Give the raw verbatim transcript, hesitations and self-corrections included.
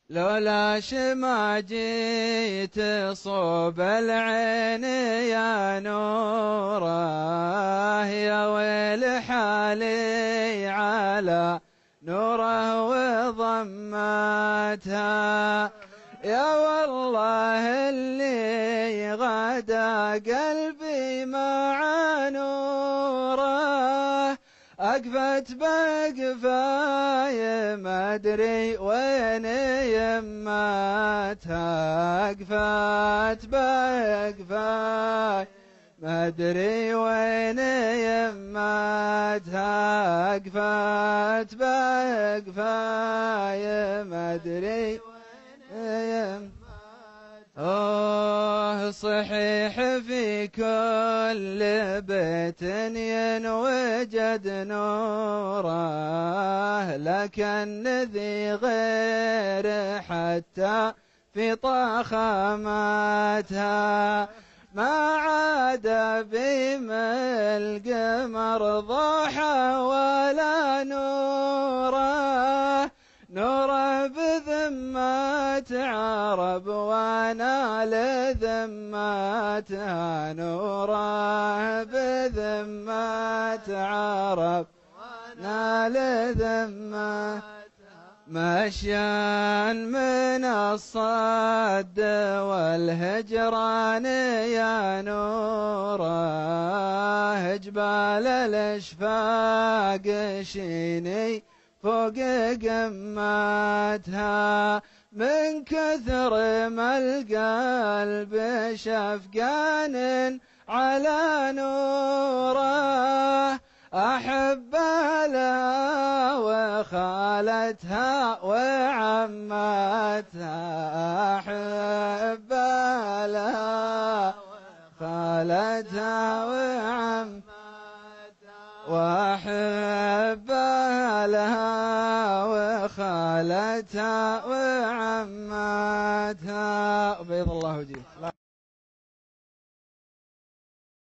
لولا شما جيت صوب العين يا نوره، يا ويل حالي على نوره وضمتها. يا والله اللي غدا قلبي مع نوره، أقفت بقفاي ما أدري وين يمتها. أقفت بقفاي ما أدري وين يمتها. أقفت بقفاي ما أدري وين يمتها. أوه صحيح في كل بيت ينوجد نوره، لكن ذي غير حتى في طخامتها. ما عاد بهم القمر ضحى ولا نوره، نوره بذمة عرب وانا لذمتها. نوره بذمة عرب وانا لذمتها. مشيان من الصد والهجران يا نوره، جبال الاشفاق شيني فوق قمتها. من كثر ما القلب شفقان على نوره، أحب لها وخالتها وعمتها. أحب لها خالتها وعمتها، وأحب لها وخالتها وعمتها. بيض الله وجهك.